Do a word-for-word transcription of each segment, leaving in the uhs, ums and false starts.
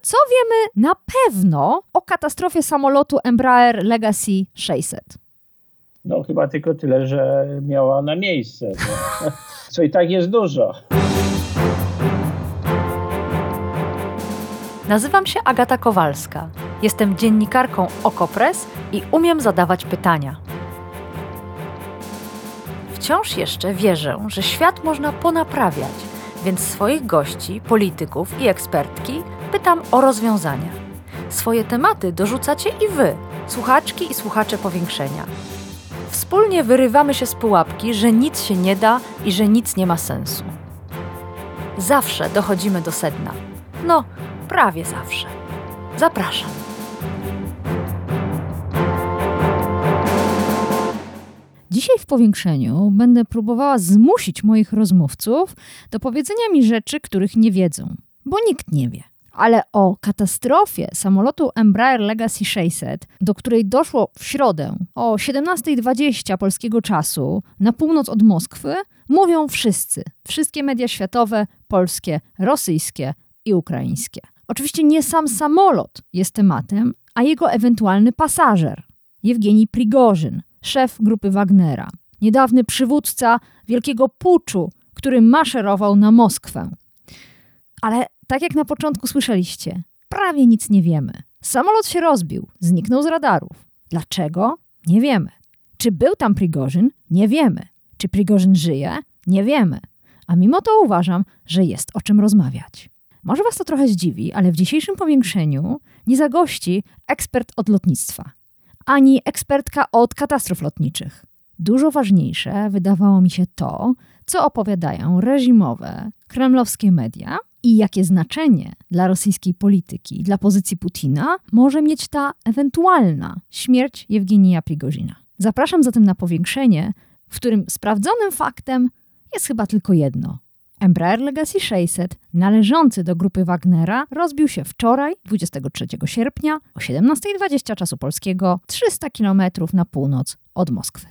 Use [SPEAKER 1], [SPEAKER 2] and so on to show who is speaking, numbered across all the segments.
[SPEAKER 1] Co wiemy na pewno o katastrofie samolotu Embraer Legacy sześćset?
[SPEAKER 2] No chyba tylko tyle, że miała ona miejsce. No. Co i tak jest dużo.
[SPEAKER 3] Nazywam się Agata Kowalska. Jestem dziennikarką Okopres i umiem zadawać pytania. Wciąż jeszcze wierzę, że świat można ponaprawiać, więc swoich gości, polityków i ekspertki pytam o rozwiązania. Swoje tematy dorzucacie i wy, słuchaczki i słuchacze Powiększenia. Wspólnie wyrywamy się z pułapki, że nic się nie da i że nic nie ma sensu. Zawsze dochodzimy do sedna. No, prawie zawsze. Zapraszam.
[SPEAKER 1] Dzisiaj w Powiększeniu będę próbowała zmusić moich rozmówców do powiedzenia mi rzeczy, których nie wiedzą, bo nikt nie wie. Ale o katastrofie samolotu Embraer Legacy sześćset, do której doszło w środę o siedemnasta dwadzieścia polskiego czasu na północ od Moskwy, mówią wszyscy. Wszystkie media światowe, polskie, rosyjskie i ukraińskie. Oczywiście nie sam samolot jest tematem, a jego ewentualny pasażer. Jewgenij Prigorzyn, szef grupy Wagnera. Niedawny przywódca wielkiego puczu, który maszerował na Moskwę. Ale tak jak na początku słyszeliście, prawie nic nie wiemy. Samolot się rozbił, zniknął z radarów. Dlaczego? Nie wiemy. Czy był tam Prigorzyn? Nie wiemy. Czy Prigorzyn żyje? Nie wiemy. A mimo to uważam, że jest o czym rozmawiać. Może was to trochę zdziwi, ale w dzisiejszym Powiększeniu nie zagości ekspert od lotnictwa, ani ekspertka od katastrof lotniczych. Dużo ważniejsze wydawało mi się to, co opowiadają reżimowe, kremlowskie media i jakie znaczenie dla rosyjskiej polityki, dla pozycji Putina może mieć ta ewentualna śmierć Jewgenija Prigorzyna. Zapraszam zatem na Powiększenie, w którym sprawdzonym faktem jest chyba tylko jedno. Embraer Legacy sześćset, należący do grupy Wagnera, rozbił się wczoraj, dwudziestego trzeciego sierpnia, o siedemnasta dwadzieścia czasu polskiego, trzysta kilometrów na północ od Moskwy.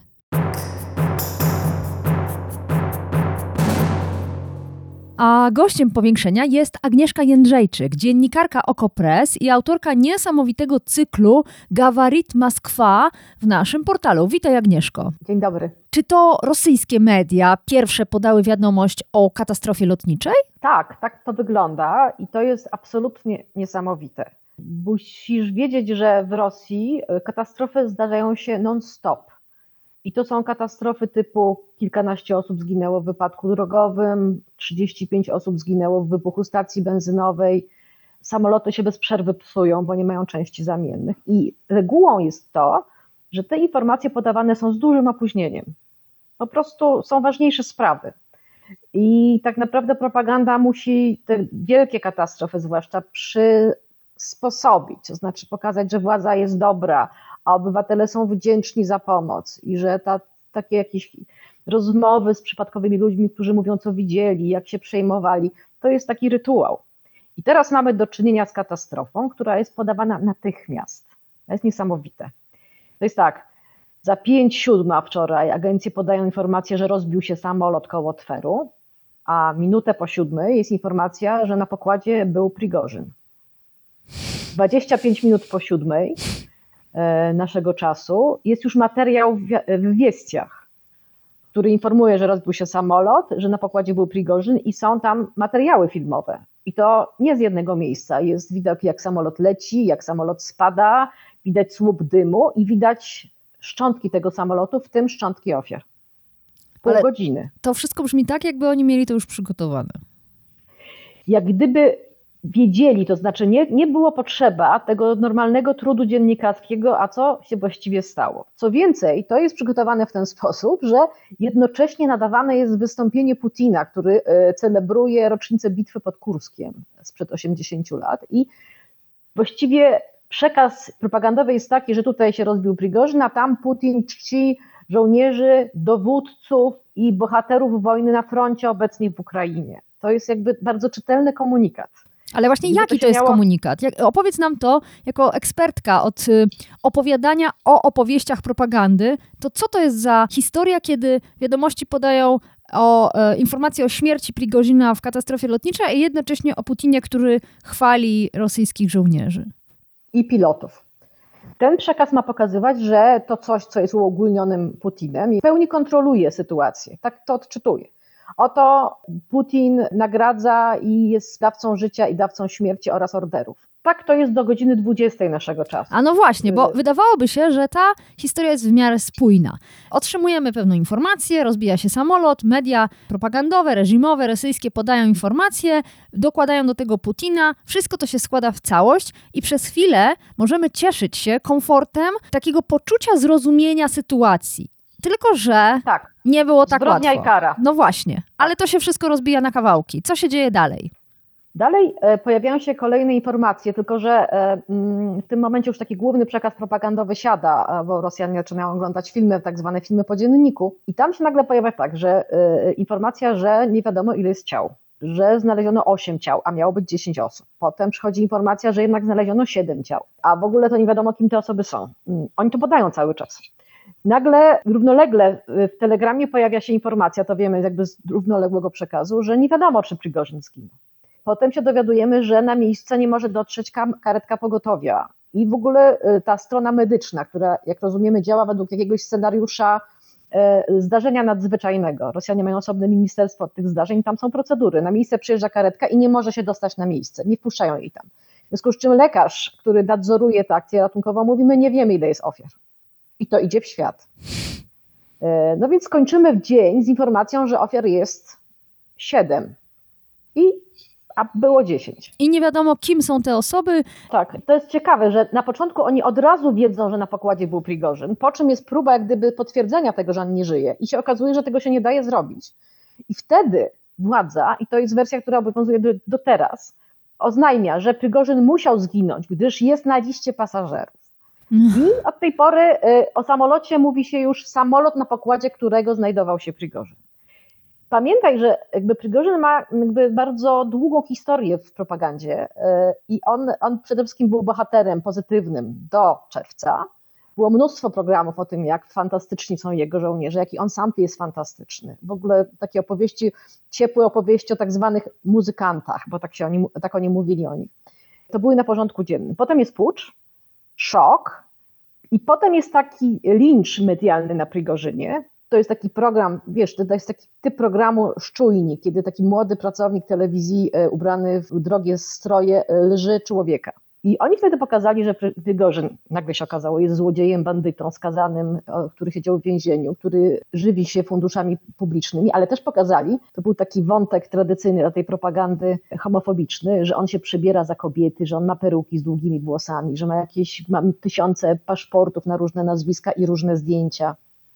[SPEAKER 1] A gościem Powiększenia jest Agnieszka Jędrzejczyk, dziennikarka Okopres i autorka niesamowitego cyklu Gawarit Moskwa w naszym portalu. Witaj, Agnieszko.
[SPEAKER 4] Dzień dobry.
[SPEAKER 1] Czy to rosyjskie media pierwsze podały wiadomość o katastrofie lotniczej?
[SPEAKER 4] Tak, tak to wygląda i to jest absolutnie niesamowite. Musisz wiedzieć, że w Rosji katastrofy zdarzają się non-stop. I to są katastrofy typu kilkanaście osób zginęło w wypadku drogowym, trzydzieści pięć osób zginęło w wybuchu stacji benzynowej. Samoloty się bez przerwy psują, bo nie mają części zamiennych. I regułą jest to, że te informacje podawane są z dużym opóźnieniem. Po prostu są ważniejsze sprawy. I tak naprawdę propaganda musi te wielkie katastrofy zwłaszcza przysposobić, to znaczy pokazać, że władza jest dobra, a obywatele są wdzięczni za pomoc i że ta, takie jakieś rozmowy z przypadkowymi ludźmi, którzy mówią, co widzieli, jak się przejmowali, to jest taki rytuał. I teraz mamy do czynienia z katastrofą, która jest podawana natychmiast. To jest niesamowite. To jest tak, za pięć siódma wczoraj agencje podają informację, że rozbił się samolot koło Tweru, a minutę po siódmej jest informacja, że na pokładzie był Prigorzyn. dwadzieścia pięć minut po siódmej naszego czasu jest już materiał w Wieściach, który informuje, że rozbił się samolot, że na pokładzie był Prigorzyn i są tam materiały filmowe. I to nie z jednego miejsca. Jest widok, jak samolot leci, jak samolot spada, widać słup dymu i widać szczątki tego samolotu, w tym szczątki ofiar. Pół
[SPEAKER 1] Ale
[SPEAKER 4] godziny.
[SPEAKER 1] To wszystko brzmi tak, jakby oni mieli to już przygotowane.
[SPEAKER 4] Jak gdyby wiedzieli, to znaczy nie, nie było potrzeba tego normalnego trudu dziennikarskiego, a co się właściwie stało. Co więcej, to jest przygotowane w ten sposób, że jednocześnie nadawane jest wystąpienie Putina, który celebruje rocznicę bitwy pod Kurskiem sprzed osiemdziesięciu lat i właściwie przekaz propagandowy jest taki, że tutaj się rozbił Prigorzyn, a tam Putin czci żołnierzy, dowódców i bohaterów wojny na froncie obecnie w Ukrainie. To jest jakby bardzo czytelny komunikat.
[SPEAKER 1] Ale właśnie
[SPEAKER 4] Gdyby
[SPEAKER 1] jaki
[SPEAKER 4] to
[SPEAKER 1] to jest
[SPEAKER 4] miało...
[SPEAKER 1] komunikat? Jak, opowiedz nam to jako ekspertka od y, opowiadania o opowieściach propagandy, to co to jest za historia, kiedy wiadomości podają o e, informacje o śmierci Prigozina w katastrofie lotniczej i jednocześnie o Putinie, który chwali rosyjskich żołnierzy.
[SPEAKER 4] I pilotów. Ten przekaz ma pokazywać, że to coś, co jest uogólnionym Putinem, w pełni kontroluje sytuację. Tak to odczytuje. Oto Putin nagradza i jest dawcą życia i dawcą śmierci oraz orderów. Tak to jest do godziny dwudziestej naszego czasu.
[SPEAKER 1] A no właśnie, bo wydawałoby się, że ta historia jest w miarę spójna. Otrzymujemy pewną informację, rozbija się samolot, media propagandowe, reżimowe, rosyjskie podają informacje, dokładają do tego Putina, wszystko to się składa w całość i przez chwilę możemy cieszyć się komfortem takiego poczucia zrozumienia sytuacji. Tylko że
[SPEAKER 4] tak.
[SPEAKER 1] nie było tak
[SPEAKER 4] Zbrodnia
[SPEAKER 1] łatwo.
[SPEAKER 4] i kara.
[SPEAKER 1] No właśnie, ale to się wszystko rozbija na kawałki. Co się dzieje dalej?
[SPEAKER 4] Dalej e, pojawiają się kolejne informacje, tylko że e, mm, w tym momencie już taki główny przekaz propagandowy siada, e, bo Rosjanie zaczynają oglądać filmy, tak zwane filmy po dzienniku i tam się nagle pojawia tak, że e, informacja, że nie wiadomo ile jest ciał, że znaleziono osiem ciał, a miało być dziesięć osób. Potem przychodzi informacja, że jednak znaleziono siedem ciał, a w ogóle to nie wiadomo kim te osoby są. Mm, oni to podają cały czas. Nagle, równolegle w telegramie pojawia się informacja, to wiemy jakby z równoległego przekazu, że nie wiadomo, czy Prigożyn zginął. Potem się dowiadujemy, że na miejsce nie może dotrzeć karetka pogotowia i w ogóle ta strona medyczna, która jak rozumiemy działa według jakiegoś scenariusza zdarzenia nadzwyczajnego. Rosjanie mają osobne ministerstwo od tych zdarzeń, tam są procedury. Na miejsce przyjeżdża karetka i nie może się dostać na miejsce, nie wpuszczają jej tam. W związku z czym lekarz, który nadzoruje tę akcję ratunkową, mówi, my nie wiemy ile jest ofiar. I to idzie w świat. No więc kończymy w dzień z informacją, że ofiar jest siedem. I a było dziesięć.
[SPEAKER 1] I nie wiadomo, kim są te osoby.
[SPEAKER 4] Tak, to jest ciekawe, że na początku oni od razu wiedzą, że na pokładzie był Prigożyn, po czym jest próba jak gdyby potwierdzenia tego, że on nie żyje i się okazuje, że tego się nie daje zrobić. I wtedy władza, i to jest wersja, która obowiązuje do, do teraz, oznajmia, że Prigożyn musiał zginąć, gdyż jest na liście pasażerów. I od tej pory y, o samolocie mówi się już samolot, na pokładzie którego znajdował się Prigożyn. Pamiętaj, że jakby Prigożyn ma jakby bardzo długą historię w propagandzie i on, on przede wszystkim był bohaterem pozytywnym do czerwca. Było mnóstwo programów o tym, jak fantastyczni są jego żołnierze, jaki on sam jest fantastyczny. W ogóle takie opowieści, ciepłe opowieści o tak zwanych muzykantach, bo tak, się oni, tak oni mówili o nich. To były na porządku dziennym. Potem jest pucz, szok i potem jest taki lincz medialny na Prigorzynie. To jest taki program, wiesz, to jest taki typ programu Szczujnik, kiedy taki młody pracownik telewizji ubrany w drogie stroje lży człowieka. I oni wtedy pokazali, że Prigożyn, nagle się okazało, jest złodziejem, bandytą, skazanym, który siedział w więzieniu, który żywi się funduszami publicznymi, ale też pokazali, to był taki wątek tradycyjny dla tej propagandy homofobiczny, że on się przebiera za kobiety, że on ma peruki z długimi włosami, że ma jakieś ma tysiące paszportów na różne nazwiska i różne zdjęcia.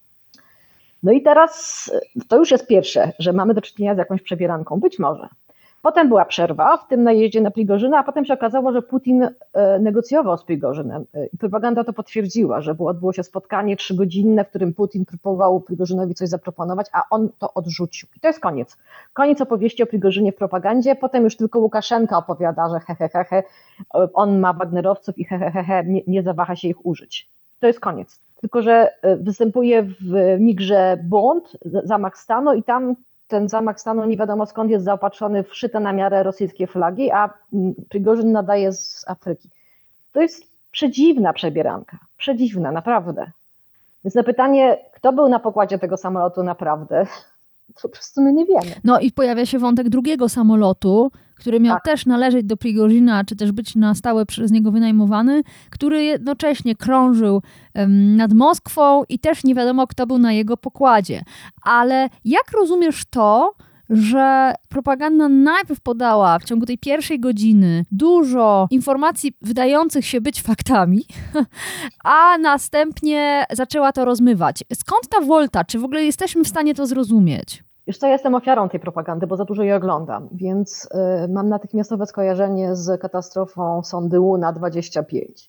[SPEAKER 4] No i teraz to już jest pierwsze, że mamy do czynienia z jakąś przebieranką, być może. Potem była przerwa w tym najeździe na Prigorzyna, a potem się okazało, że Putin negocjował z Prigorzynem. I propaganda to potwierdziła, że było, odbyło się spotkanie trzygodzinne, w którym Putin próbował Prigorzynowi coś zaproponować, a on to odrzucił. I to jest koniec. Koniec opowieści o Prigorzynie w propagandzie. Potem już tylko Łukaszenka opowiada, że he, he, he, he, on ma Wagnerowców i he, he, he, he nie, nie zawaha się ich użyć. To jest koniec. Tylko że występuje w Nigrze bunt, zamach stanu i tam ten zamach stanu nie wiadomo skąd jest zaopatrzony w szyte na miarę rosyjskie flagi, a Prigożyn nadaje z Afryki. To jest przedziwna przebieranka, przedziwna, naprawdę. Więc na pytanie, kto był na pokładzie tego samolotu naprawdę, to po prostu my nie wiemy.
[SPEAKER 1] No i pojawia się wątek drugiego samolotu, który miał
[SPEAKER 4] tak.
[SPEAKER 1] też należeć do Prigorzyna, czy też być na stałe przez niego wynajmowany, który jednocześnie krążył um, nad Moskwą i też nie wiadomo, kto był na jego pokładzie. Ale jak rozumiesz to, że propaganda najpierw podała w ciągu tej pierwszej godziny dużo informacji wydających się być faktami, a następnie zaczęła to rozmywać. Skąd ta wolta? Czy w ogóle jesteśmy w stanie to zrozumieć?
[SPEAKER 4] Wiesz co, ja jestem ofiarą tej propagandy, bo za dużo jej oglądam, więc y, mam natychmiastowe skojarzenie z katastrofą sondy Łuna dwadzieścia pięć,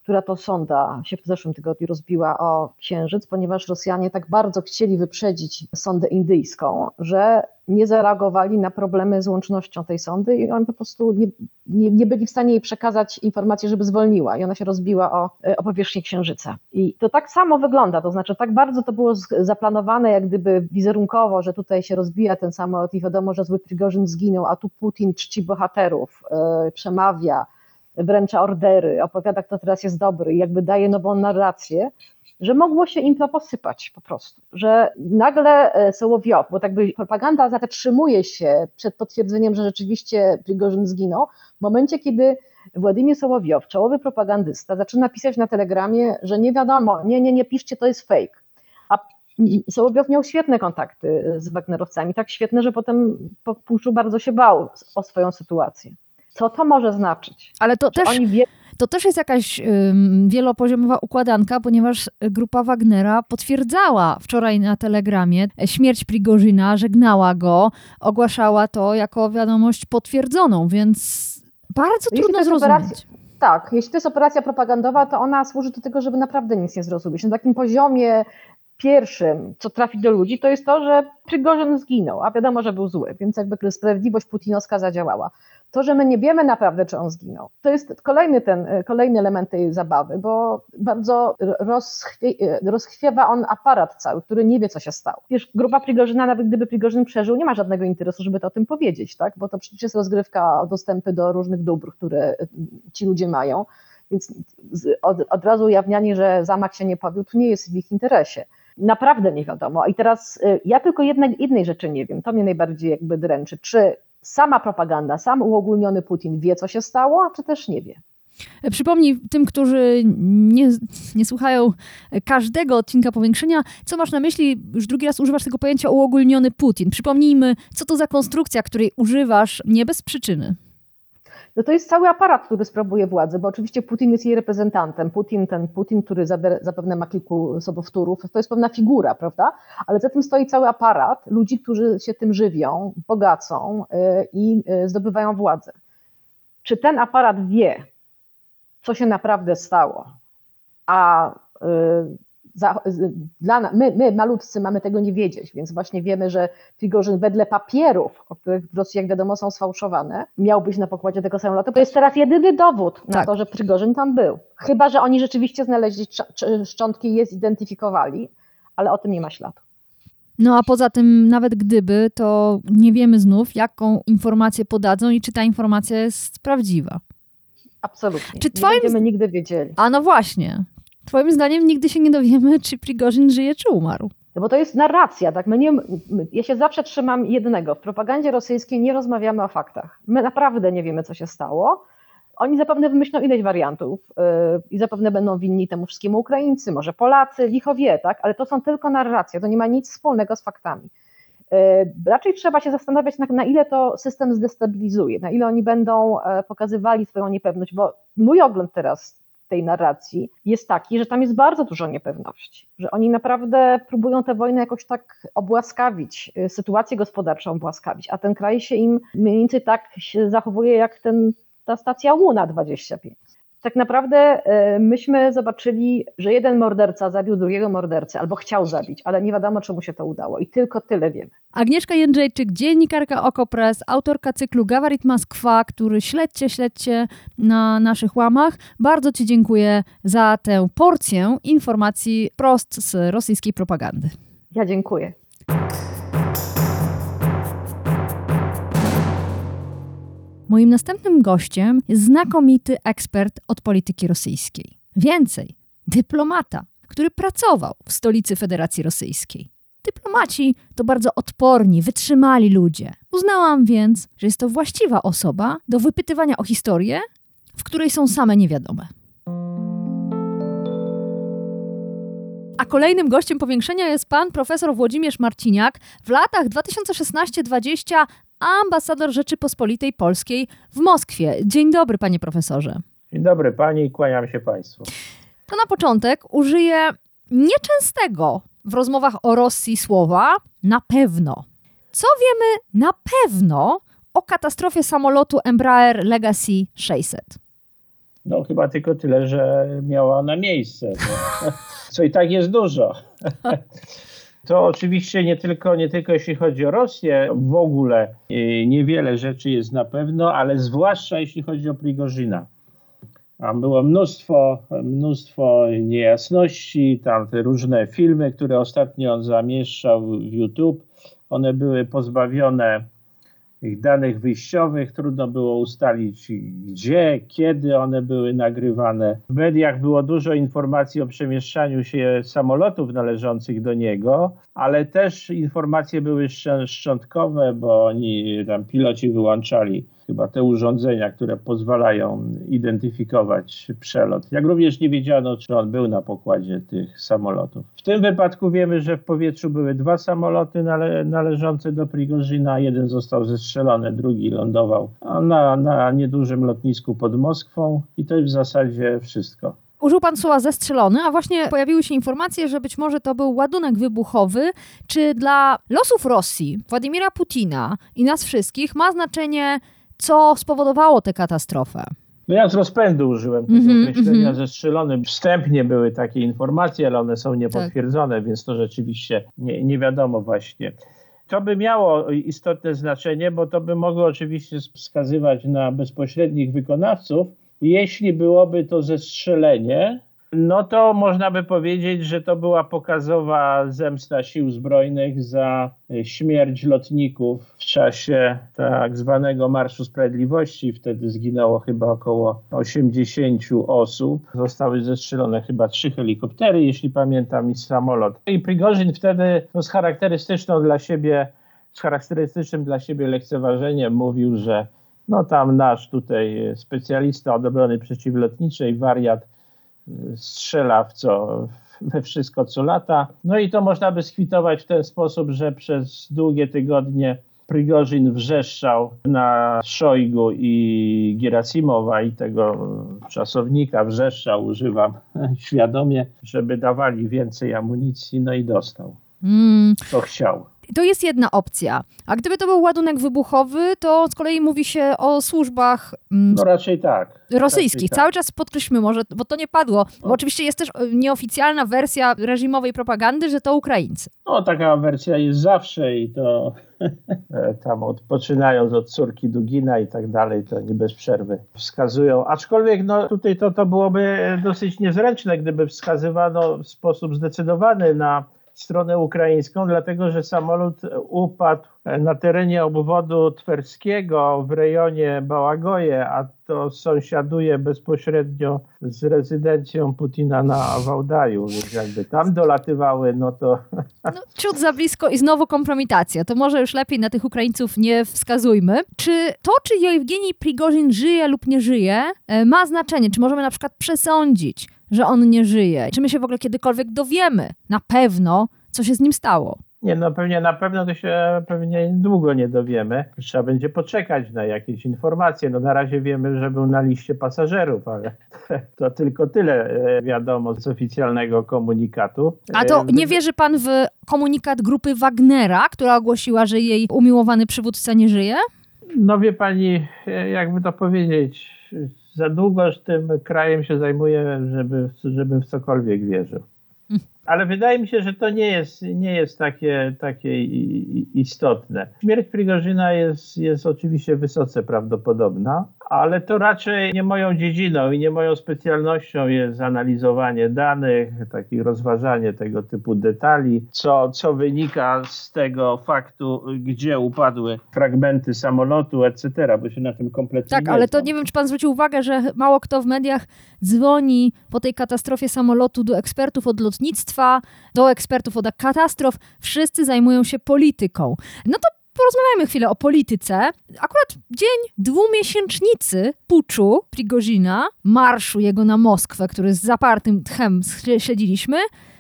[SPEAKER 4] która to sonda się w zeszłym tygodniu rozbiła o Księżyc, ponieważ Rosjanie tak bardzo chcieli wyprzedzić sondę indyjską, że nie zareagowali na problemy z łącznością tej sondy i oni po prostu nie, nie, nie byli w stanie jej przekazać informacji, żeby zwolniła i ona się rozbiła o, o powierzchnię Księżyca. I to tak samo wygląda, to znaczy tak bardzo to było zaplanowane jak gdyby wizerunkowo, że tutaj się rozbija ten samolot i wiadomo, że zły Prigorzyn zginął, a tu Putin czci bohaterów, yy, przemawia, wręcza ordery, opowiada, kto teraz jest dobry i jakby daje nową narrację, że mogło się im to posypać po prostu, że nagle Sołowiow, bo tak by propaganda zatrzymuje się przed potwierdzeniem, że rzeczywiście Prigorzyn zginął, w momencie, kiedy Władimir Sołowiow, czołowy propagandysta, zaczyna pisać na Telegramie, że nie wiadomo, nie, nie, nie piszcie, to jest fake. A Sołowiow miał świetne kontakty z wagnerowcami, tak świetne, że potem po puczu bardzo się bał o swoją sytuację. Co to może znaczyć?
[SPEAKER 1] Ale to też,
[SPEAKER 4] oni wie...
[SPEAKER 1] to też jest jakaś ym, wielopoziomowa układanka, ponieważ grupa Wagnera potwierdzała wczoraj na Telegramie śmierć Prigorzyna, żegnała go, ogłaszała to jako wiadomość potwierdzoną, więc bardzo
[SPEAKER 4] jeśli
[SPEAKER 1] trudno zrozumieć.
[SPEAKER 4] Operacja, tak, jeśli to jest operacja propagandowa, to ona służy do tego, żeby naprawdę nic nie zrozumieć. Na takim poziomie pierwszym, co trafi do ludzi, to jest to, że Prigorzyn zginął, a wiadomo, że był zły, więc jakby sprawiedliwość putinowska zadziałała. To, że my nie wiemy naprawdę, czy on zginął, to jest kolejny, ten, kolejny element tej zabawy, bo bardzo rozchwie, rozchwiewa on aparat cały, który nie wie, co się stało. Wiesz, grupa Prigorzyna, nawet gdyby Prigorzyn przeżył, nie ma żadnego interesu, żeby to o tym powiedzieć, tak? Bo to przecież jest rozgrywka o dostępy do różnych dóbr, które ci ludzie mają, więc od, od razu ujawnianie, że zamach się nie powiódł, nie jest w ich interesie. Naprawdę nie wiadomo. I teraz ja tylko jednej, jednej rzeczy nie wiem, to mnie najbardziej jakby dręczy, czy sama propaganda, sam uogólniony Putin wie, co się stało, czy też nie wie.
[SPEAKER 1] Przypomnij tym, którzy nie, nie słuchają każdego odcinka Powiększenia, co masz na myśli, już drugi raz używasz tego pojęcia uogólniony Putin. Przypomnijmy, co to za konstrukcja, której używasz nie bez przyczyny.
[SPEAKER 4] No to jest cały aparat, który sprawuje władzę, bo oczywiście Putin jest jej reprezentantem. Putin, ten Putin, który zapewne ma kilku sobowtórów, to jest pewna figura, prawda? Ale za tym stoi cały aparat ludzi, którzy się tym żywią, bogacą i zdobywają władzę. Czy ten aparat wie, co się naprawdę stało, a za, dla, my, my, malutcy, mamy tego nie wiedzieć, więc właśnie wiemy, że Prigorzyn wedle papierów, o których w Rosji, jak wiadomo, są sfałszowane, miał być na pokładzie tego samolotu. To jest teraz jedyny dowód tak. na to, że Prigorzyn tam był. Chyba że oni rzeczywiście znaleźli szczątki i je zidentyfikowali, ale o tym nie ma śladu.
[SPEAKER 1] No a poza tym, nawet gdyby, to nie wiemy znów, jaką informację podadzą i czy ta informacja jest prawdziwa.
[SPEAKER 4] Absolutnie.
[SPEAKER 1] Czy
[SPEAKER 4] nie
[SPEAKER 1] twoim...
[SPEAKER 4] będziemy nigdy wiedzieli.
[SPEAKER 1] A no właśnie. Twoim zdaniem nigdy się nie dowiemy, czy Prigorzyn żyje, czy umarł.
[SPEAKER 4] No bo to jest narracja, tak? My nie, my, ja się zawsze trzymam jednego. W propagandzie rosyjskiej nie rozmawiamy o faktach. My naprawdę nie wiemy, co się stało. Oni zapewne wymyślą ileś wariantów yy, i zapewne będą winni temu wszystkiemu Ukraińcy, może Polacy, licho wie, tak? Ale to są tylko narracje, to nie ma nic wspólnego z faktami. Yy, raczej trzeba się zastanawiać, na, na ile to system zdestabilizuje, na ile oni będą yy, pokazywali swoją niepewność, bo mój ogląd teraz tej narracji jest taki, że tam jest bardzo dużo niepewności, że oni naprawdę próbują tę wojnę jakoś tak obłaskawić, sytuację gospodarczą obłaskawić, a ten kraj się im mniej więcej tak się zachowuje jak ten, ta stacja Łuna dwadzieścia pięć. Tak naprawdę myśmy zobaczyli, że jeden morderca zabił drugiego mordercę, albo chciał zabić, ale nie wiadomo, czy mu się to udało i tylko tyle wiemy.
[SPEAKER 1] Agnieszka Jędrzejczyk, dziennikarka Okopres, autorka cyklu Gawarit Moskwa, który śledźcie, śledźcie na naszych łamach. Bardzo Ci dziękuję za tę porcję informacji prost z rosyjskiej propagandy.
[SPEAKER 4] Ja dziękuję.
[SPEAKER 1] Moim następnym gościem jest znakomity ekspert od polityki rosyjskiej. Więcej, dyplomata, który pracował w stolicy Federacji Rosyjskiej. Dyplomaci to bardzo odporni, wytrzymali ludzie. Uznałam więc, że jest to właściwa osoba do wypytywania o historię, w której są same niewiadome. A kolejnym gościem Powiększenia jest pan profesor Włodzimierz Marciniak, w latach dwa tysiące szesnaście dwadzieścia ambasador Rzeczypospolitej Polskiej w Moskwie. Dzień dobry, panie profesorze.
[SPEAKER 2] Dzień dobry pani i kłaniam się państwu.
[SPEAKER 1] To na początek użyję nieczęstego w rozmowach o Rosji słowa na pewno. Co wiemy na pewno o katastrofie samolotu Embraer Legacy sześćset?
[SPEAKER 2] No chyba tylko tyle, że miała ona miejsce, no. Co i tak jest dużo. To oczywiście nie tylko, nie tylko jeśli chodzi o Rosję, w ogóle niewiele rzeczy jest na pewno, ale zwłaszcza jeśli chodzi o Prigorzyna. Tam było mnóstwo, mnóstwo niejasności, tam te różne filmy, które ostatnio on zamieszczał w YouTube, one były pozbawione ich danych wyjściowych, trudno było ustalić gdzie, kiedy one były nagrywane. W mediach było dużo informacji o przemieszczaniu się samolotów należących do niego, ale też informacje były szczątkowe, bo oni tam piloci wyłączali chyba te urządzenia, które pozwalają identyfikować przelot. Jak również nie wiedziano, czy on był na pokładzie tych samolotów. W tym wypadku wiemy, że w powietrzu były dwa samoloty nale- należące do Prigorzyna. Jeden został zestrzelony, drugi lądował na, na niedużym lotnisku pod Moskwą i to jest w zasadzie wszystko.
[SPEAKER 1] Użył pan słowa zestrzelony, a właśnie pojawiły się informacje, że być może to był ładunek wybuchowy. Czy dla losów Rosji, Władimira Putina i nas wszystkich ma znaczenie, co spowodowało tę katastrofę?
[SPEAKER 2] No ja z rozpędu użyłem tego
[SPEAKER 1] Mm-hmm,
[SPEAKER 2] określenia
[SPEAKER 1] mm-hmm.
[SPEAKER 2] zestrzelony. Wstępnie były takie informacje, ale one są niepotwierdzone, tak. Więc to rzeczywiście nie, nie wiadomo właśnie. To by miało istotne znaczenie, bo to by mogło oczywiście wskazywać na bezpośrednich wykonawców. Jeśli byłoby to zestrzelenie, no to można by powiedzieć, że to była pokazowa zemsta sił zbrojnych za śmierć lotników w czasie tak zwanego Marszu Sprawiedliwości. Wtedy zginęło chyba około osiemdziesięciu osób. Zostały zestrzelone chyba trzy helikoptery, jeśli pamiętam, i samolot. I Prigorzyn wtedy no, z charakterystyczną dla siebie, z charakterystycznym dla siebie lekceważeniem mówił, że no tam nasz tutaj specjalista od obrony przeciwlotniczej, wariat, strzela w co, we wszystko co lata. No i to można by skwitować w ten sposób, że przez długie tygodnie Prigorzyn wrzeszczał na Szojgu i Gierasimowa i tego czasownika wrzeszczał, używam świadomie, żeby dawali więcej amunicji, no i dostał, mm. co chciał.
[SPEAKER 1] To jest jedna opcja. A gdyby to był ładunek wybuchowy, to z kolei mówi się o służbach mm,
[SPEAKER 2] no raczej tak.
[SPEAKER 1] rosyjskich.
[SPEAKER 2] Raczej tak.
[SPEAKER 1] Cały czas podkreślmy może, bo to nie padło, bo oczywiście jest też nieoficjalna wersja reżimowej propagandy, że to Ukraińcy.
[SPEAKER 2] No taka wersja jest zawsze i to tam od, poczynając od córki Dugina i tak dalej, to nie bez przerwy wskazują. Aczkolwiek no tutaj to, to byłoby dosyć niezręczne, gdyby wskazywano w sposób zdecydowany na stronę ukraińską, dlatego że samolot upadł na terenie obwodu twerskiego w rejonie Bałagoje, a to sąsiaduje bezpośrednio z rezydencją Putina na Wałdaju, więc jakby tam dolatywały, no to...
[SPEAKER 1] No, ciut za blisko i znowu kompromitacja. To może już lepiej na tych Ukraińców nie wskazujmy. Czy to, czy Jewgenij Prigorzyn żyje lub nie żyje, ma znaczenie? Czy możemy na przykład przesądzić, że on nie żyje? Czy my się w ogóle kiedykolwiek dowiemy na pewno, co się z nim stało?
[SPEAKER 2] Nie, no pewnie na pewno to się pewnie długo nie dowiemy. Trzeba będzie poczekać na jakieś informacje. No na razie wiemy, że był na liście pasażerów, ale to tylko tyle wiadomo z oficjalnego komunikatu.
[SPEAKER 1] A to nie wierzy pan w komunikat grupy Wagnera, która ogłosiła, że jej umiłowany przywódca nie żyje?
[SPEAKER 2] No wie pani, jakby to powiedzieć, za długo tym krajem się zajmuję, żeby, żebym w cokolwiek wierzył. Ale wydaje mi się, że to nie jest, nie jest takie, takie istotne. Śmierć Prigorzyna jest, jest oczywiście wysoce prawdopodobna, ale to raczej nie moją dziedziną i nie moją specjalnością jest analizowanie danych, takie rozważanie tego typu detali, co, co wynika z tego faktu, gdzie upadły fragmenty samolotu, et cetera, bo się na tym kompletnie
[SPEAKER 1] tak,
[SPEAKER 2] nie
[SPEAKER 1] ale to
[SPEAKER 2] znam.
[SPEAKER 1] nie wiem, czy pan zwrócił uwagę, że mało kto w mediach dzwoni po tej katastrofie samolotu do ekspertów od lotnictwa, do ekspertów od katastrof. Wszyscy zajmują się polityką. No to porozmawiajmy chwilę o polityce. Akurat dzień dwumiesięcznicy puczu Prigorzina, marszu jego na Moskwę, który z zapartym tchem śledziliśmy,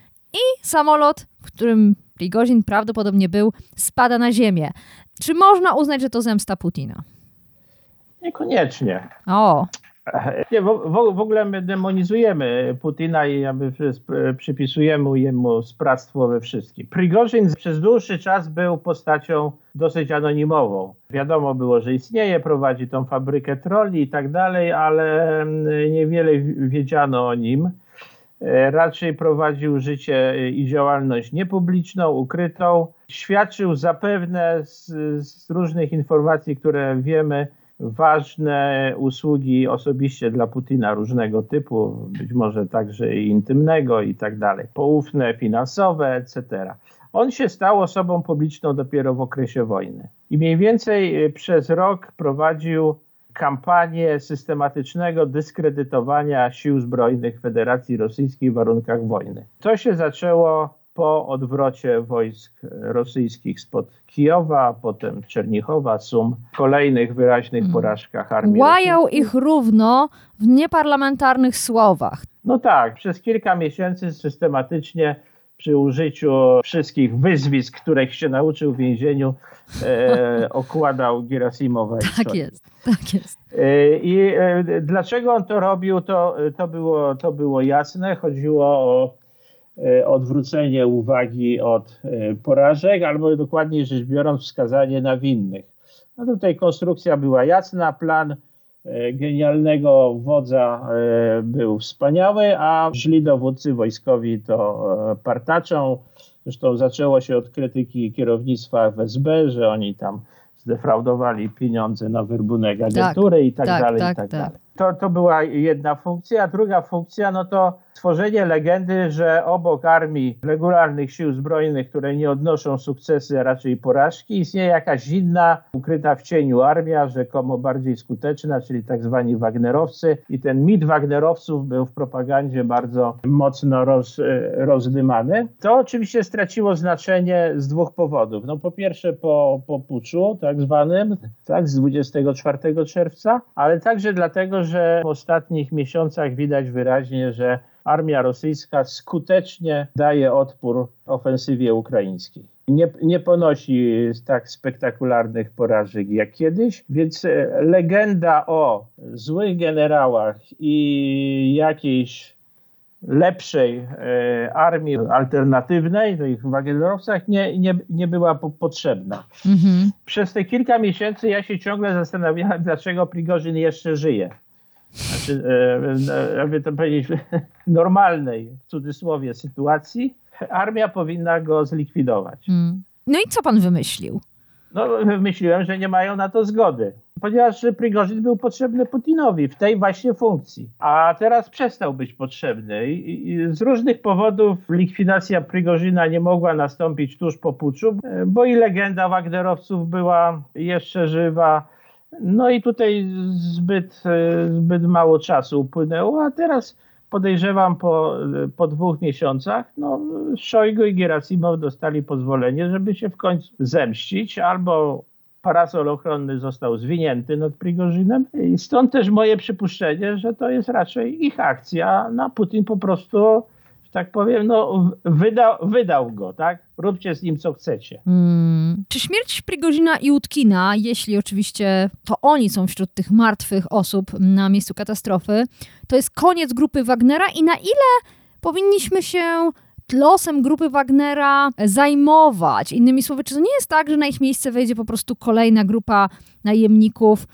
[SPEAKER 1] i samolot, w którym Prigorzin prawdopodobnie był, spada na ziemię. Czy można uznać, że to zemsta Putina?
[SPEAKER 2] Niekoniecznie.
[SPEAKER 1] O.
[SPEAKER 2] Nie, w, w ogóle my demonizujemy Putina i jakby przypisujemy jemu sprawstwo we wszystkim. Prigorzyn przez dłuższy czas był postacią dosyć anonimową. Wiadomo było, że istnieje, prowadzi tą fabrykę trolli i tak dalej, ale niewiele wiedziano o nim. Raczej prowadził życie i działalność niepubliczną, ukrytą. Świadczył zapewne z, z różnych informacji, które wiemy, ważne usługi osobiście dla Putina różnego typu, być może także i intymnego i tak dalej, poufne, finansowe, et cetera. On się stał osobą publiczną dopiero w okresie wojny i mniej więcej przez rok prowadził kampanię systematycznego dyskredytowania sił zbrojnych Federacji Rosyjskiej w warunkach wojny. To się zaczęło po odwrocie wojsk rosyjskich spod Kijowa, potem Czernichowa, Sum, kolejnych wyraźnych porażkach armii
[SPEAKER 1] Łajał
[SPEAKER 2] rosyjskiej.
[SPEAKER 1] ich równo w nieparlamentarnych słowach.
[SPEAKER 2] No tak, przez kilka miesięcy systematycznie przy użyciu wszystkich wyzwisk, których się nauczył w więzieniu, e, okładał Gerasimowa.
[SPEAKER 1] Tak jest, tak jest.
[SPEAKER 2] E, I e, dlaczego on to robił, to, to, było, to było jasne. Chodziło o e, odwrócenie uwagi od e, porażek, albo dokładniej rzecz biorąc wskazanie na winnych. No tutaj konstrukcja była jasna, plan genialnego wodza był wspaniały, a źli dowódcy wojskowi to partaczą. Zresztą zaczęło się od krytyki kierownictwa F S B, że oni tam zdefraudowali pieniądze na werbunek agentury tak, i tak, tak dalej. Tak, i tak, tak. dalej. To, to była jedna funkcja, a druga funkcja no to stworzenie legendy, że obok armii regularnych sił zbrojnych, które nie odnoszą sukcesy, a raczej porażki, istnieje jakaś inna, ukryta w cieniu armia, rzekomo bardziej skuteczna, czyli tak zwani Wagnerowcy. I ten mit Wagnerowców był w propagandzie bardzo mocno roz, rozdymany. To oczywiście straciło znaczenie z dwóch powodów. No po pierwsze po, po puczu tak zwanym, tak, z dwudziestego czwartego czerwca, ale także dlatego, że w ostatnich miesiącach widać wyraźnie, że armia rosyjska skutecznie daje odpór ofensywie ukraińskiej. Nie, nie ponosi tak spektakularnych porażek jak kiedyś, więc legenda o złych generałach i jakiejś lepszej e, armii alternatywnej, tych Wagnerowcach, nie, nie, nie była po, potrzebna. Mhm. Przez te kilka miesięcy ja się ciągle zastanawiałem, dlaczego Prigorzyn jeszcze żyje. Znaczy, e, jakby to powiedzieć, w normalnej, w cudzysłowie, sytuacji armia powinna go zlikwidować. Hmm.
[SPEAKER 1] No i co pan wymyślił?
[SPEAKER 2] No, wymyśliłem, że nie mają na to zgody. Ponieważ Prigorzyn był potrzebny Putinowi w tej właśnie funkcji. A teraz przestał być potrzebny. I, i z różnych powodów likwidacja Prigorzyna nie mogła nastąpić tuż po puczu, bo i legenda Wagnerowców była jeszcze żywa. No i tutaj zbyt, zbyt mało czasu upłynęło, a teraz podejrzewam po, po dwóch miesiącach, no Szojgu i Gerasimow dostali pozwolenie, żeby się w końcu zemścić, albo parasol ochronny został zwinięty nad Prigorzynem i stąd też moje przypuszczenie, że to jest raczej ich akcja, no Putin po prostu, że tak powiem, no wydał, wydał go, tak? Róbcie z nim co chcecie.
[SPEAKER 1] Hmm. Czy śmierć Prigorzyna i Utkina, jeśli oczywiście to oni są wśród tych martwych osób na miejscu katastrofy, to jest koniec grupy Wagnera i na ile powinniśmy się losem grupy Wagnera zajmować? Innymi słowy, czy to nie jest tak, że na ich miejsce wejdzie po prostu kolejna grupa najemników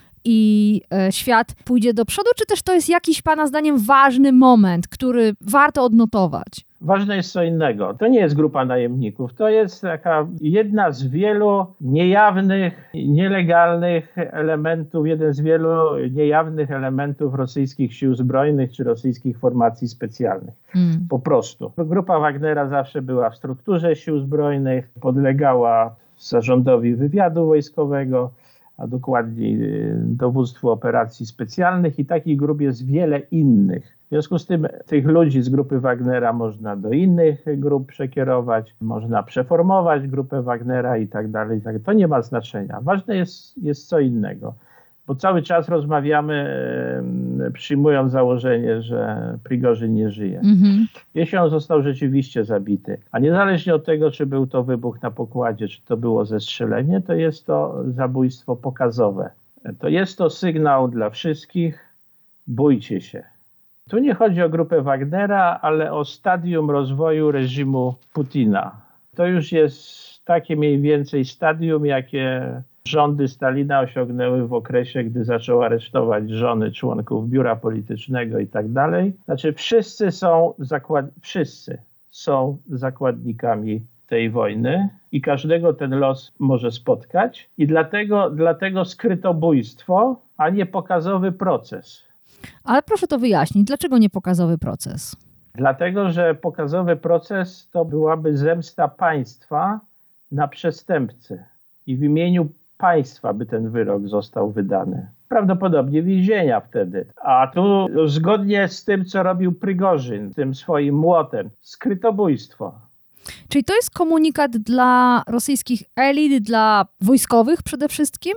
[SPEAKER 1] i e, świat pójdzie do przodu, czy też to jest jakiś pana zdaniem ważny moment, który warto odnotować?
[SPEAKER 2] Ważne jest co innego. To nie jest grupa najemników. To jest taka jedna z wielu niejawnych, nielegalnych elementów, jeden z wielu niejawnych elementów rosyjskich sił zbrojnych czy rosyjskich formacji specjalnych. Hmm. Po prostu. Grupa Wagnera zawsze była w strukturze sił zbrojnych, podlegała zarządowi wywiadu wojskowego, a dokładniej dowództwu operacji specjalnych i takich grup jest wiele innych. W związku z tym tych ludzi z grupy Wagnera można do innych grup przekierować, można przeformować grupę Wagnera i tak dalej. To nie ma znaczenia. Ważne jest, jest co innego, bo cały czas rozmawiamy, przyjmując założenie, że Prigorzyn nie żyje. Mhm. Jeśli on został rzeczywiście zabity, a niezależnie od tego, czy był to wybuch na pokładzie, czy to było zestrzelenie, to jest to zabójstwo pokazowe. To jest to sygnał dla wszystkich, bójcie się. Tu nie chodzi o grupę Wagnera, ale o stadium rozwoju reżimu Putina. To już jest takie mniej więcej stadium, jakie rządy Stalina osiągnęły w okresie, gdy zaczął aresztować żony członków biura politycznego i tak dalej. Znaczy wszyscy są, zakład... wszyscy są zakładnikami tej wojny i każdego ten los może spotkać i dlatego, dlatego skrytobójstwo, a nie pokazowy proces.
[SPEAKER 1] Ale proszę to wyjaśnić, dlaczego nie pokazowy proces?
[SPEAKER 2] Dlatego, że pokazowy proces to byłaby zemsta państwa na przestępcy i w imieniu państwa by ten wyrok został wydany. Prawdopodobnie więzienia wtedy. A tu zgodnie z tym, co robił Prigorzyn, tym swoim młotem, skrytobójstwo.
[SPEAKER 1] Czyli to jest komunikat dla rosyjskich elit, dla wojskowych przede wszystkim?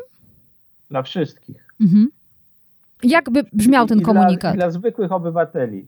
[SPEAKER 2] Dla wszystkich.
[SPEAKER 1] Mhm. Jak by brzmiał ten
[SPEAKER 2] I
[SPEAKER 1] komunikat?
[SPEAKER 2] Dla, dla zwykłych obywateli.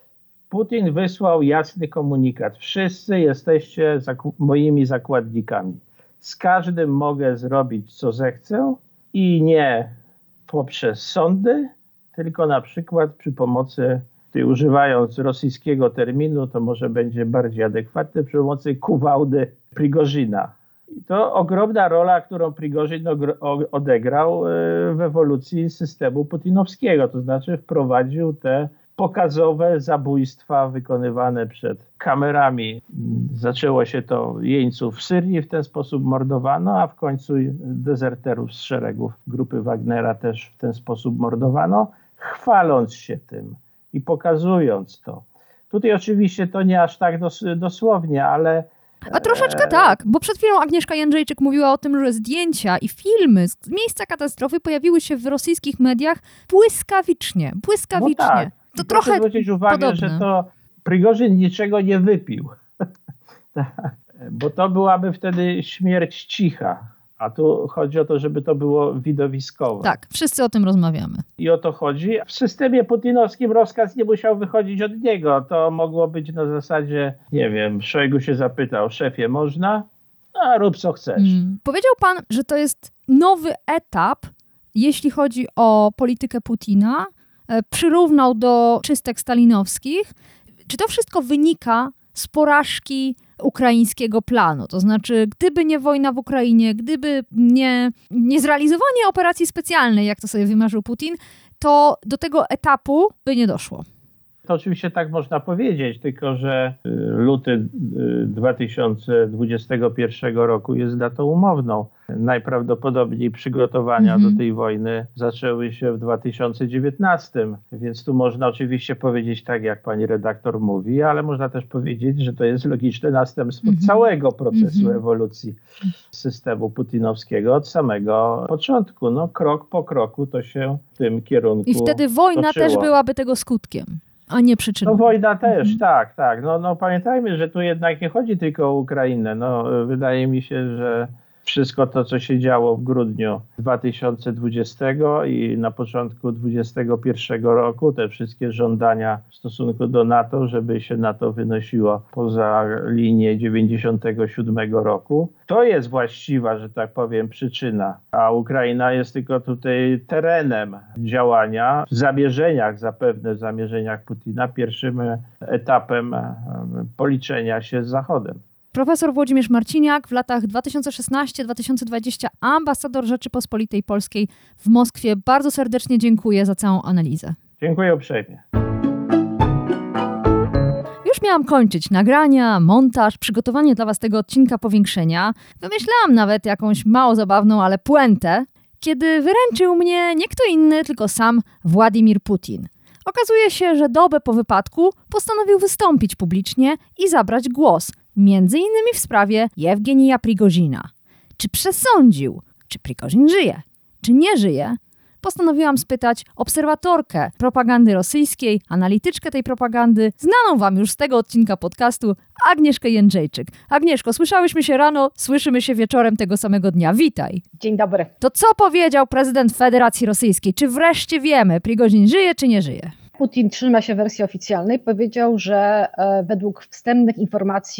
[SPEAKER 2] Putin wysłał jasny komunikat. Wszyscy jesteście zaku- moimi zakładnikami. Z każdym mogę zrobić, co zechcę i nie poprzez sądy, tylko na przykład przy pomocy, ty używając rosyjskiego terminu, to może będzie bardziej adekwatne, przy pomocy kuwałdy Prigorzyna. I to ogromna rola, którą Prigorzyn odegrał w ewolucji systemu putinowskiego, to znaczy wprowadził te pokazowe zabójstwa wykonywane przed kamerami. Zaczęło się to jeńców w Syrii, w ten sposób mordowano, a w końcu dezerterów z szeregów grupy Wagnera też w ten sposób mordowano, chwaląc się tym i pokazując to. Tutaj oczywiście to nie aż tak dos- dosłownie, ale
[SPEAKER 1] A troszeczkę tak, bo przed chwilą Agnieszka Jędrzejczyk mówiła o tym, że zdjęcia i filmy z miejsca katastrofy pojawiły się w rosyjskich mediach błyskawicznie, błyskawicznie.
[SPEAKER 2] No tak.
[SPEAKER 1] To
[SPEAKER 2] proszę
[SPEAKER 1] trochę
[SPEAKER 2] zwrócić uwagę,
[SPEAKER 1] podobne.
[SPEAKER 2] że to Prigorzyn niczego nie wypił, bo to byłaby wtedy śmierć cicha, a tu chodzi o to, żeby to było widowiskowe.
[SPEAKER 1] Tak, wszyscy o tym rozmawiamy.
[SPEAKER 2] I o to chodzi. W systemie putinowskim rozkaz nie musiał wychodzić od niego. To mogło być na zasadzie, nie wiem, Szojgu się zapytał, szefie, można? A rób co chcesz.
[SPEAKER 1] Mm. Powiedział pan, że to jest nowy etap, jeśli chodzi o politykę Putina. E, Przyrównał do czystek stalinowskich. Czy to wszystko wynika z porażki ukraińskiego planu? To znaczy, gdyby nie wojna w Ukrainie, gdyby nie, nie zrealizowanie operacji specjalnej, jak to sobie wymarzył Putin, to do tego etapu by nie doszło.
[SPEAKER 2] To oczywiście tak można powiedzieć, tylko że luty dwa tysiące dwudziestego pierwszego roku jest datą umowną. Najprawdopodobniej przygotowania
[SPEAKER 1] Mhm.
[SPEAKER 2] do tej wojny zaczęły się w dwa tysiące dziewiętnastym, więc tu można oczywiście powiedzieć tak, jak pani redaktor mówi, ale można też powiedzieć, że to jest logiczne następstwo
[SPEAKER 1] Mhm.
[SPEAKER 2] całego procesu
[SPEAKER 1] Mhm.
[SPEAKER 2] ewolucji systemu putinowskiego od samego początku. No, krok po kroku to się w tym kierunku
[SPEAKER 1] I wtedy wojna
[SPEAKER 2] toczyło.
[SPEAKER 1] też byłaby tego skutkiem, a nie przyczyną.
[SPEAKER 2] No wojna też,
[SPEAKER 1] Mhm.
[SPEAKER 2] tak, tak. No, no pamiętajmy, że tu jednak nie chodzi tylko o Ukrainę. No, wydaje mi się, że wszystko to, co się działo w grudniu dwa tysiące dwudziestego i na początku dwudziestego pierwszego roku, te wszystkie żądania w stosunku do NATO, żeby się NATO wynosiło poza linię dziewięćdziesiątego siódmego roku, to jest właściwa, że tak powiem, przyczyna. A Ukraina jest tylko tutaj terenem działania, w zamierzeniach, zapewne w zamierzeniach Putina, pierwszym etapem policzenia się z Zachodem.
[SPEAKER 1] Profesor Włodzimierz Marciniak, w latach dwa tysiące szesnastego do dwa tysiące dwudziestego ambasador Rzeczypospolitej Polskiej w Moskwie. Bardzo serdecznie dziękuję za całą analizę.
[SPEAKER 2] Dziękuję uprzejmie.
[SPEAKER 1] Już miałam kończyć nagrania, montaż, przygotowanie dla Was tego odcinka powiększenia. Wymyślałam nawet jakąś mało zabawną, ale puentę, kiedy wyręczył mnie nie kto inny, tylko sam Władimir Putin. Okazuje się, że dobę po wypadku postanowił wystąpić publicznie i zabrać głos, między innymi w sprawie Jewgenija Prigozina. Czy przesądził, czy Prigorzin żyje, czy nie żyje? Postanowiłam spytać obserwatorkę propagandy rosyjskiej, analityczkę tej propagandy, znaną Wam już z tego odcinka podcastu, Agnieszkę Jędrzejczyk. Agnieszko, słyszałyśmy się rano, słyszymy się wieczorem tego samego dnia. Witaj.
[SPEAKER 4] Dzień dobry.
[SPEAKER 1] To co powiedział prezydent Federacji Rosyjskiej? Czy wreszcie wiemy, Prigozin żyje, czy nie żyje?
[SPEAKER 4] Putin trzyma się wersji oficjalnej. Powiedział, że e, według wstępnych informacji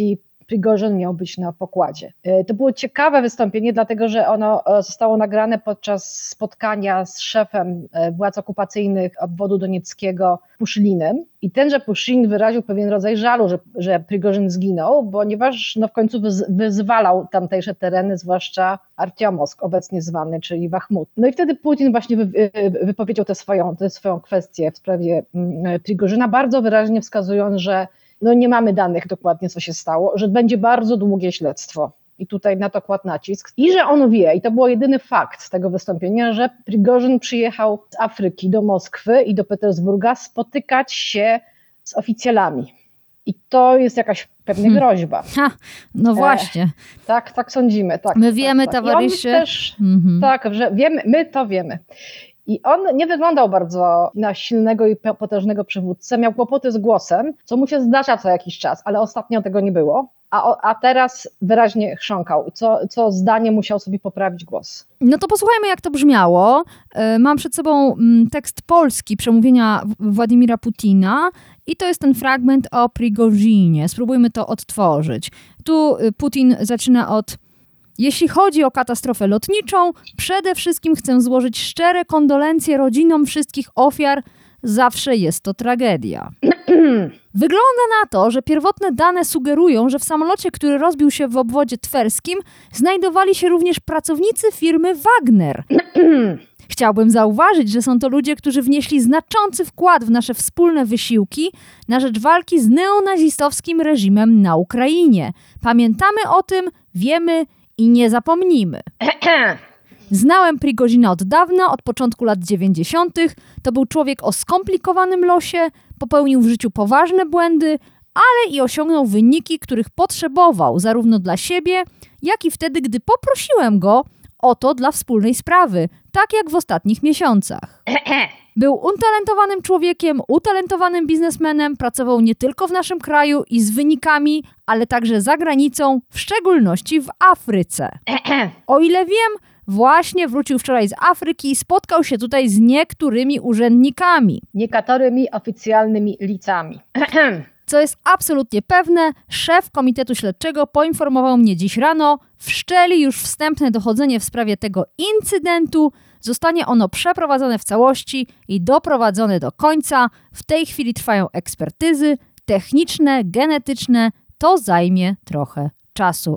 [SPEAKER 4] Prigorzyn miał być na pokładzie. To było ciekawe wystąpienie, dlatego że ono zostało nagrane podczas spotkania z szefem władz okupacyjnych obwodu donieckiego Puszylinem i tenże Puszylin wyraził pewien rodzaj żalu, że, że Prigorzyn zginął, ponieważ no, w końcu wyzwalał tamtejsze tereny, zwłaszcza Artiomosk, obecnie zwany, czyli Bachmut. No i wtedy Putin właśnie wypowiedział tę swoją, tę swoją kwestię w sprawie Prigorzyna, bardzo wyraźnie wskazując, że no nie mamy danych dokładnie, co się stało, że będzie bardzo długie śledztwo. I tutaj na to kładł nacisk. I że on wie, i to był jedyny fakt z tego wystąpienia, że Prigorzyn przyjechał z Afryki do Moskwy i do Petersburga spotykać się z oficjalami. I to jest jakaś pewnie hmm. groźba.
[SPEAKER 1] Ha, no właśnie. E,
[SPEAKER 4] tak, tak sądzimy. Tak,
[SPEAKER 1] my wiemy,
[SPEAKER 4] tak, tak.
[SPEAKER 1] towarzysze.
[SPEAKER 4] Też,
[SPEAKER 1] mhm.
[SPEAKER 4] Tak, że wiemy, my to wiemy. I on nie wyglądał bardzo na silnego i potężnego przywódcę, miał kłopoty z głosem, co mu się zdarza co jakiś czas, ale ostatnio tego nie było, a, a teraz wyraźnie chrząkał, co, co zdanie musiał sobie poprawić głos.
[SPEAKER 1] No to posłuchajmy, jak to brzmiało. Mam przed sobą tekst polski przemówienia Władimira Putina i to jest ten fragment o Prigorzinie. Spróbujmy to odtworzyć. Tu Putin zaczyna od: jeśli chodzi o katastrofę lotniczą, przede wszystkim chcę złożyć szczere kondolencje rodzinom wszystkich ofiar. Zawsze jest to tragedia. Wygląda na to, że pierwotne dane sugerują, że w samolocie, który rozbił się w obwodzie twerskim, znajdowali się również pracownicy firmy Wagner. Chciałbym zauważyć, że są to ludzie, którzy wnieśli znaczący wkład w nasze wspólne wysiłki na rzecz walki z neonazistowskim reżimem na Ukrainie. Pamiętamy o tym, wiemy i nie zapomnimy. Znałem Prigozina od dawna, od początku lat dziewięćdziesiątych. To był człowiek o skomplikowanym losie, popełnił w życiu poważne błędy, ale i osiągnął wyniki, których potrzebował zarówno dla siebie, jak i wtedy, gdy poprosiłem go o to dla wspólnej sprawy, tak jak w ostatnich miesiącach. Był utalentowanym człowiekiem, utalentowanym biznesmenem, pracował nie tylko w naszym kraju i z wynikami, ale także za granicą, w szczególności w Afryce. O ile wiem, właśnie wrócił wczoraj z Afryki i spotkał się tutaj z niektórymi urzędnikami.
[SPEAKER 4] Niektórymi oficjalnymi licami.
[SPEAKER 1] Co jest absolutnie pewne, szef Komitetu Śledczego poinformował mnie dziś rano, wszczęli już wstępne dochodzenie w sprawie tego incydentu, zostanie ono przeprowadzone w całości i doprowadzone do końca. W tej chwili trwają ekspertyzy techniczne, genetyczne, to zajmie trochę czasu.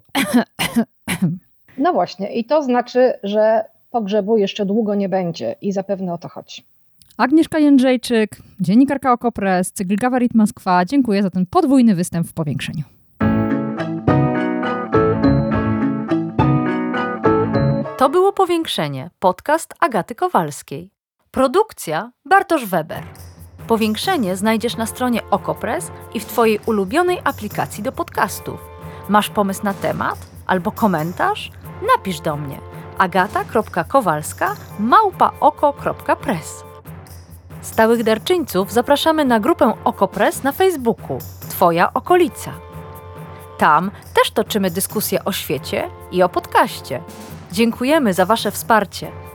[SPEAKER 4] No właśnie, i to znaczy, że pogrzebu jeszcze długo nie będzie i zapewne o to chodzi.
[SPEAKER 1] Agnieszka Jędrzejczyk, dziennikarka Okopres, cykl Gawarit Moskwa. Dziękuję za ten podwójny występ w Powiększeniu.
[SPEAKER 3] To było Powiększenie, podcast Agaty Kowalskiej. Produkcja Bartosz Weber. Powiększenie znajdziesz na stronie Okopres i w Twojej ulubionej aplikacji do podcastów. Masz pomysł na temat albo komentarz? Napisz do mnie agata kropka kowalska małpa oko kropka press. Stałych darczyńców zapraszamy na grupę Okopres na Facebooku Twoja okolica. Tam też toczymy dyskusje o świecie i o podcaście. Dziękujemy za Wasze wsparcie.